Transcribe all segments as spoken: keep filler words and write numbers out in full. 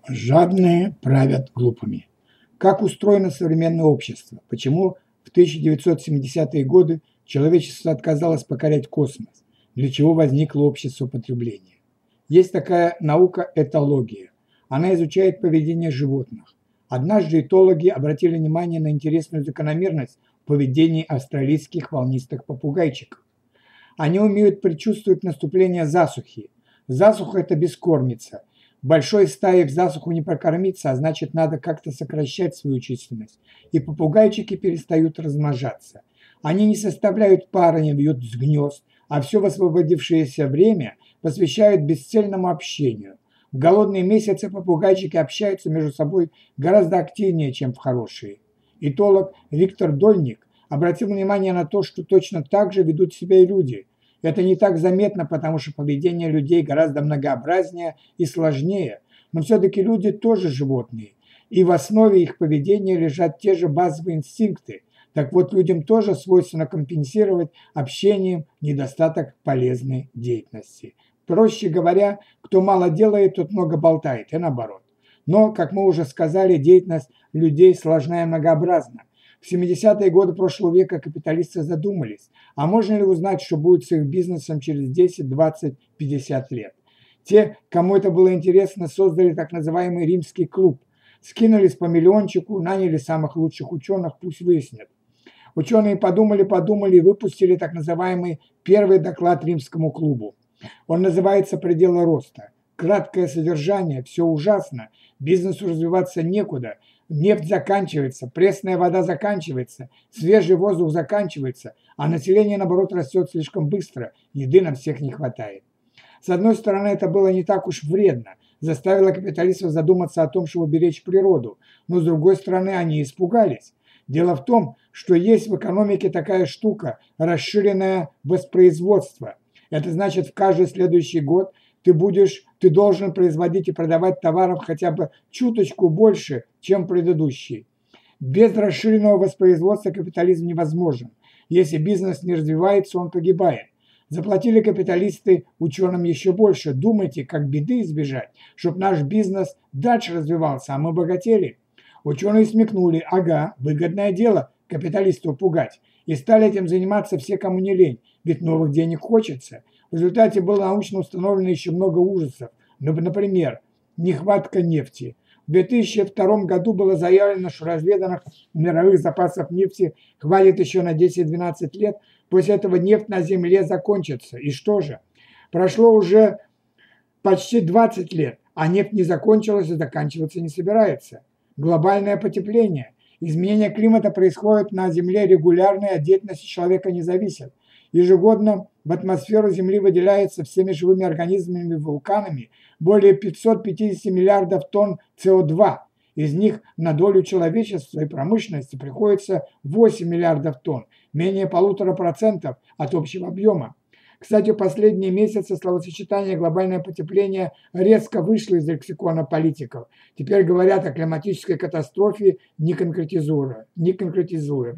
Жадные правят глупыми. Как устроено современное общество? Почему в тысяча девятьсот семидесятые годы человечество отказалось покорять космос? Для чего возникло общество потребления? Есть такая наука этология. Она изучает поведение животных. Однажды этологи обратили внимание на интересную закономерность в поведении австралийских волнистых попугайчиков. Они умеют предчувствовать наступление засухи. Засуха – это бескормица. Большой стае в засуху не прокормиться, а значит, надо как-то сокращать свою численность. И попугайчики перестают размножаться. Они не составляют пары, не бьют с гнезд, а все высвободившееся время посвящают бесцельному общению. В голодные месяцы попугайчики общаются между собой гораздо активнее, чем в хорошие. Этолог Виктор Дольник обратил внимание на то, что точно так же ведут себя и люди. Это не так заметно, потому что поведение людей гораздо многообразнее и сложнее, но все-таки люди тоже животные, и в основе их поведения лежат те же базовые инстинкты. Так вот, людям тоже свойственно компенсировать общением недостаток полезной деятельности. Проще говоря, кто мало делает, тот много болтает, и наоборот. Но, как мы уже сказали, деятельность людей сложна и многообразна. В семидесятые годы прошлого века капиталисты задумались, а можно ли узнать, что будет с их бизнесом через десять, двадцать, пятьдесят лет. Те, кому это было интересно, создали так называемый римский клуб. Скинулись по миллиончику, наняли самых лучших ученых, пусть выяснят. Ученые подумали-подумали и выпустили так называемый первый доклад римскому клубу. Он называется «Пределы роста». Краткое содержание, все ужасно, бизнесу развиваться некуда. Нефть заканчивается, пресная вода заканчивается, свежий воздух заканчивается, а население, наоборот, растет слишком быстро, еды на всех не хватает. С одной стороны, это было не так уж вредно, заставило капиталистов задуматься о том, чтобы беречь природу, но с другой стороны, они испугались. Дело в том, что есть в экономике такая штука – расширенное воспроизводство. Это значит, в каждый следующий год ты будешь, ты должен производить и продавать товаров хотя бы чуточку больше, чем предыдущий. Без расширенного воспроизводства капитализм невозможен. Если бизнес не развивается, он погибает. Заплатили капиталисты ученым еще больше. Думайте, как беды избежать, чтобы наш бизнес дальше развивался, а мы богатели. Ученые смекнули, ага, выгодное дело капиталистов пугать. И стали этим заниматься все, кому не лень, ведь новых денег хочется. В результате было научно установлено еще много ужасов. Например, нехватка нефти. В две тысячи втором году было заявлено, что разведанных мировых запасов нефти хватит еще на десять-двенадцать лет. После этого нефть на Земле закончится. И что же? Прошло уже почти двадцать лет, а нефть не закончилась и заканчиваться не собирается. Глобальное потепление. Изменение климата происходит на Земле регулярно, и от деятельности человека не зависит. Ежегодно в атмосферу Земли выделяется всеми живыми организмами и вулканами более пятисот пятидесяти миллиардов тонн С О два. Из них на долю человечества и промышленности приходится восемь миллиардов тонн, менее полутора процентов от общего объема. Кстати, в последние месяцы словосочетание «глобальное потепление» резко вышло из лексикона политиков. Теперь говорят о климатической катастрофе, не конкретизируя. Не конкретизируя.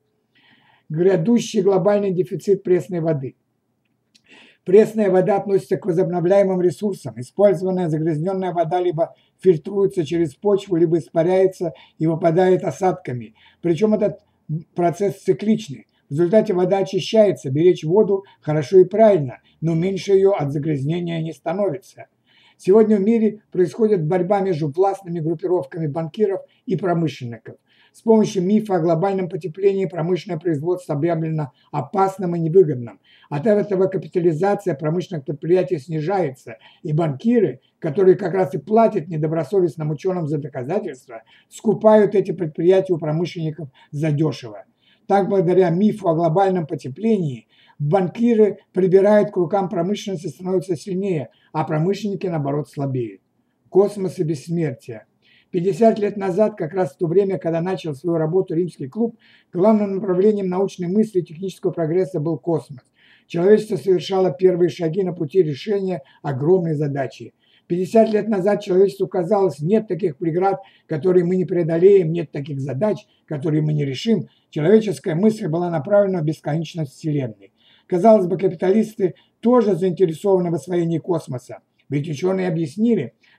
Грядущий глобальный дефицит пресной воды. Пресная вода относится к возобновляемым ресурсам. Использованная загрязненная вода либо фильтруется через почву, либо испаряется и выпадает осадками. Причем этот процесс цикличный. В результате вода очищается. Беречь воду хорошо и правильно, но меньше ее от загрязнения не становится. Сегодня в мире происходит борьба между властными группировками банкиров и промышленников. С помощью мифа о глобальном потеплении промышленное производство объявлено опасным и невыгодным. От этого капитализация промышленных предприятий снижается, и банкиры, которые как раз и платят недобросовестным ученым за доказательства, скупают эти предприятия у промышленников задешево. Так, благодаря мифу о глобальном потеплении, банкиры прибирают к рукам промышленности, становятся сильнее, а промышленники, наоборот, слабеют. Космос и бессмертие. пятьдесят лет назад, как раз в то время, когда начал свою работу Римский клуб, главным направлением научной мысли и технического прогресса был космос. Человечество совершало первые шаги на пути решения огромной задачи. пятьдесят лет назад человечеству казалось, нет таких преград, которые мы не преодолеем, нет таких задач, которые мы не решим. Человеческая мысль была направлена в бесконечность Вселенной. Казалось бы, капиталисты тоже заинтересованы в освоении космоса. Ведь ученые объяснили,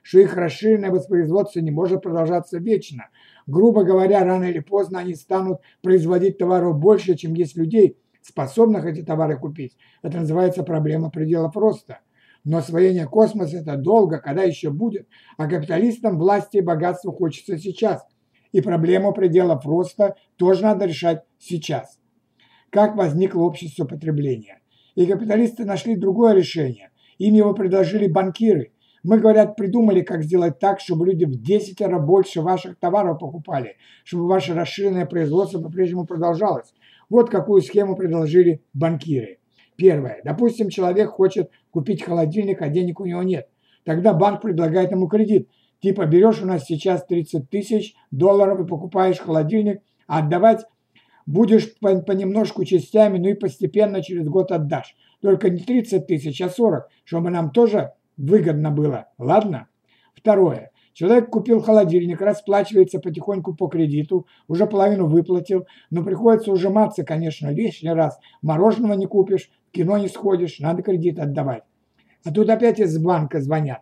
что их расширенное воспроизводство не может продолжаться вечно. Грубо говоря, рано или поздно они станут производить товаров больше, чем есть людей, способных эти товары купить. Это называется проблема пределов роста. Но освоение космоса – это долго, когда еще будет, а капиталистам власти и богатства хочется сейчас. И проблему пределов роста тоже надо решать сейчас. Как возникло общество потребления? И капиталисты нашли другое решение. Им его предложили банкиры. Мы, говорят, придумали, как сделать так, чтобы люди в десять раз больше ваших товаров покупали, чтобы ваше расширенное производство по-прежнему продолжалось. Вот какую схему предложили банкиры. Первое. Допустим, человек хочет купить холодильник, а денег у него нет. Тогда банк предлагает ему кредит. Типа берешь у нас сейчас тридцать тысяч долларов и покупаешь холодильник, а отдавать будешь понемножку частями, ну и постепенно через год отдашь. Только не тридцать тысяч, а сорок, чтобы нам тоже выгодно было. Ладно? Второе. Человек купил холодильник, расплачивается потихоньку по кредиту, уже половину выплатил, но приходится ужиматься, конечно, лишний раз. Мороженого не купишь, в кино не сходишь, надо кредит отдавать. А тут опять из банка звонят.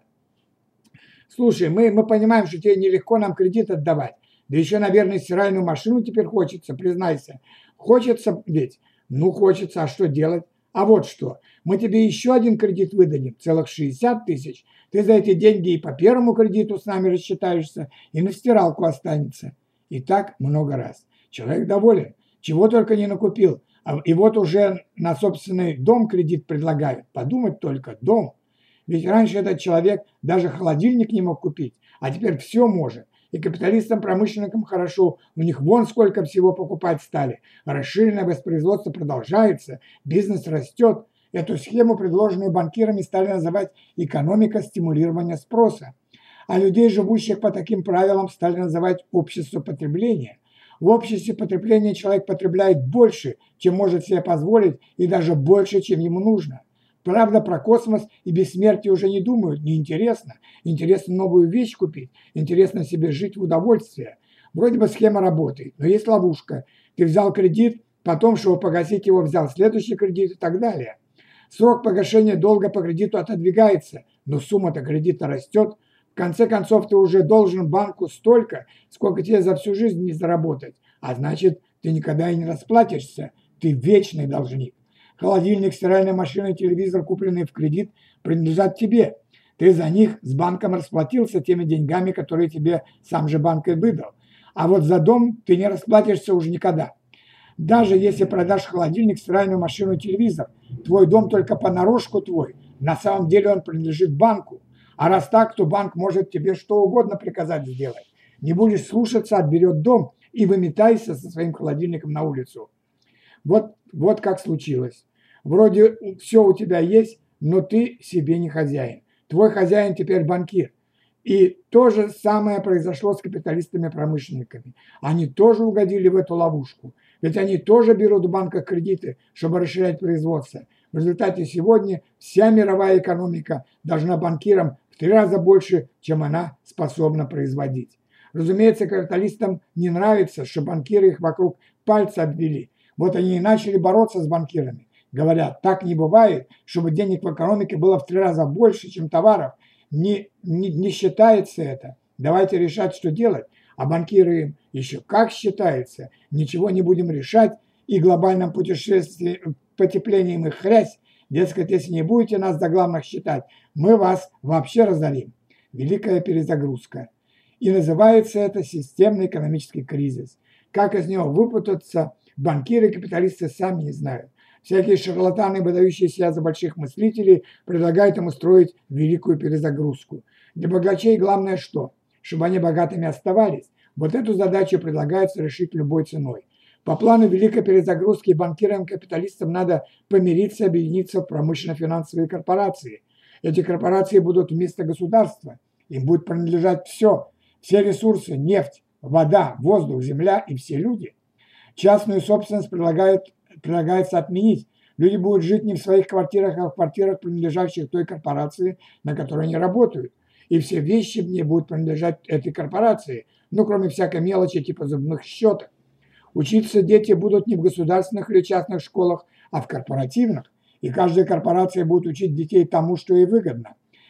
Слушай, мы, мы понимаем, что тебе нелегко нам кредит отдавать. Да еще, наверное, стиральную машину теперь хочется, признайся. Хочется ведь? Ну, хочется, а что делать? А вот что, мы тебе еще один кредит выдадим, целых шестьдесят тысяч. Ты за эти деньги и по первому кредиту с нами рассчитаешься, и на стиралку останется. И так много раз. Человек доволен, чего только не накупил. И вот уже на собственный дом кредит предлагают. Подумать только, дом. Ведь раньше этот человек даже холодильник не мог купить, а теперь все может. И капиталистам-промышленникам хорошо, у них вон сколько всего покупать стали. Расширенное воспроизводство продолжается, бизнес растет. Эту схему, предложенную банкирами, стали называть экономика стимулирования спроса. А людей, живущих по таким правилам, стали называть общество потребления. В обществе потребления человек потребляет больше, чем может себе позволить, и даже больше, чем ему нужно. Правда, про космос и бессмертие уже не думают, неинтересно. Интересно новую вещь купить, интересно себе жить в удовольствие. Вроде бы схема работает, но есть ловушка. Ты взял кредит, потом, чтобы погасить его, взял следующий кредит и так далее. Срок погашения долга по кредиту отодвигается, но сумма-то кредита растет. В конце концов, ты уже должен банку столько, сколько тебе за всю жизнь не заработать. А значит, ты никогда и не расплатишься. Ты вечный должник. Холодильник, стиральная машина и телевизор, купленные в кредит, принадлежат тебе. Ты за них с банком расплатился теми деньгами, которые тебе сам же банк и выдал. А вот за дом ты не расплатишься уже никогда. Даже если продашь холодильник, стиральную машину и телевизор, твой дом только понарошку твой. На самом деле он принадлежит банку. А раз так, то банк может тебе что угодно приказать сделать. Не будешь слушаться, отберет дом и выметайся со своим холодильником на улицу. Вот, вот как случилось. Вроде все у тебя есть, но ты себе не хозяин. Твой хозяин теперь банкир. И то же самое произошло с капиталистами-промышленниками. Они тоже угодили в эту ловушку. Ведь они тоже берут в банках кредиты, чтобы расширять производство. В результате сегодня вся мировая экономика должна банкирам в три раза больше, чем она способна производить. Разумеется, капиталистам не нравится, что банкиры их вокруг пальца обвели. Вот они и начали бороться с банкирами. Говорят, так не бывает, чтобы денег в экономике было в три раза больше, чем товаров. Не, не, не считается это. Давайте решать, что делать. А банкиры им еще как считается. Ничего не будем решать. И глобальном путешествии, потеплением их хрясь. Дескать, если не будете нас за главных считать, мы вас вообще разорим. Великая перезагрузка. И называется это системный экономический кризис. Как из него выпутаться, банкиры и капиталисты сами не знают. Всякие шарлатаны, выдающие себя за больших мыслителей, предлагают им устроить великую перезагрузку. Для богачей главное что? Чтобы они богатыми оставались. Вот эту задачу предлагается решить любой ценой. По плану великой перезагрузки банкирам и капиталистам надо помириться, объединиться в промышленно-финансовые корпорации. Эти корпорации будут вместо государства. Им будет принадлежать все. Все ресурсы, нефть, вода, воздух, земля и все люди. Частную собственность предлагают предлагается отменить. Люди будут жить не в своих квартирах, а в квартирах, принадлежащих той корпорации, на которой они работают. И все вещи мне будут принадлежать этой корпорации, ну, кроме всякой мелочи, типа зубных щеток. Учиться дети будут не в государственных или частных школах, а в корпоративных. И каждая корпорация будет учить детей тому, что ей выгодно.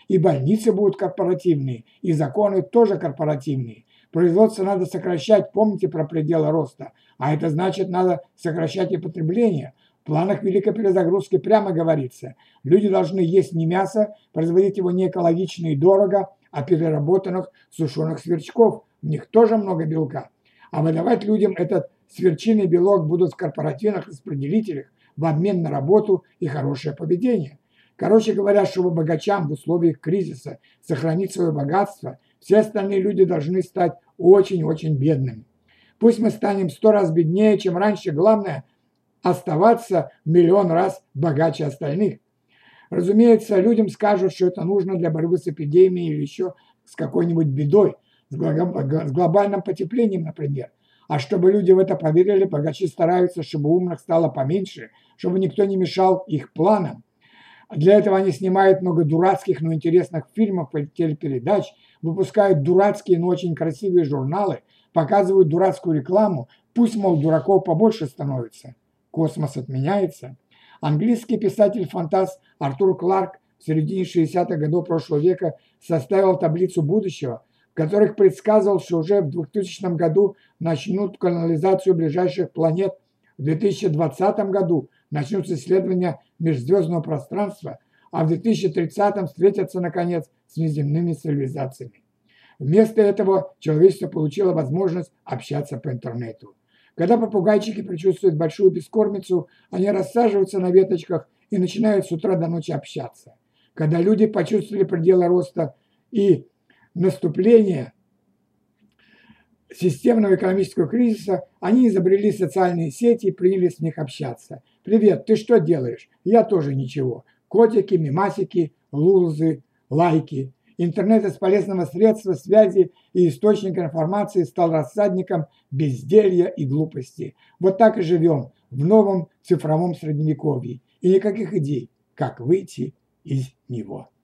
И больницы будут корпоративные, и законы тоже корпоративные. Производство надо сокращать, помните про пределы роста, а это значит, надо сокращать и потребление. В планах великой перезагрузки прямо говорится, люди должны есть не мясо, производить его не экологично и дорого, а переработанных сушеных сверчков. В них тоже много белка. А выдавать людям этот сверчиный белок будут в корпоративных распределителях в обмен на работу и хорошее поведение. Короче говоря, чтобы богачам в условиях кризиса сохранить свое богатство, все остальные люди должны стать очень-очень бедными. Пусть мы станем сто раз беднее, чем раньше, главное – оставаться в миллион раз богаче остальных. Разумеется, людям скажут, что это нужно для борьбы с эпидемией или еще с какой-нибудь бедой, с глобальным потеплением, например. А чтобы люди в это поверили, богачи стараются, чтобы умных стало поменьше, чтобы никто не мешал их планам. Для этого они снимают много дурацких, но интересных фильмов и телепередач, выпускают дурацкие, но очень красивые журналы, показывают дурацкую рекламу, пусть, мол, дураков побольше становится. Космос отменяется. Английский писатель-фантаст Артур Кларк в середине шестидесятых годов прошлого века составил таблицу будущего, в которых предсказывал, что уже в двухтысячном году начнут колонизацию ближайших планет, в две тысячи двадцатом году начнутся исследования межзвездного пространства, а в две тысячи тридцатом встретятся, наконец, с внеземными цивилизациями. Вместо этого человечество получило возможность общаться по интернету. Когда попугайчики предчувствуют большую бескормицу, они рассаживаются на веточках и начинают с утра до ночи общаться. Когда люди почувствовали пределы роста и наступления системного экономического кризиса, они изобрели социальные сети и принялись в них общаться. «Привет, ты что делаешь?» «Я тоже ничего». Котики, мемасики, лузы, лайки. Интернет из полезного средства связи и источника информации стал рассадником безделья и глупости. Вот так и живем в новом цифровом средневековье. И никаких идей, как выйти из него.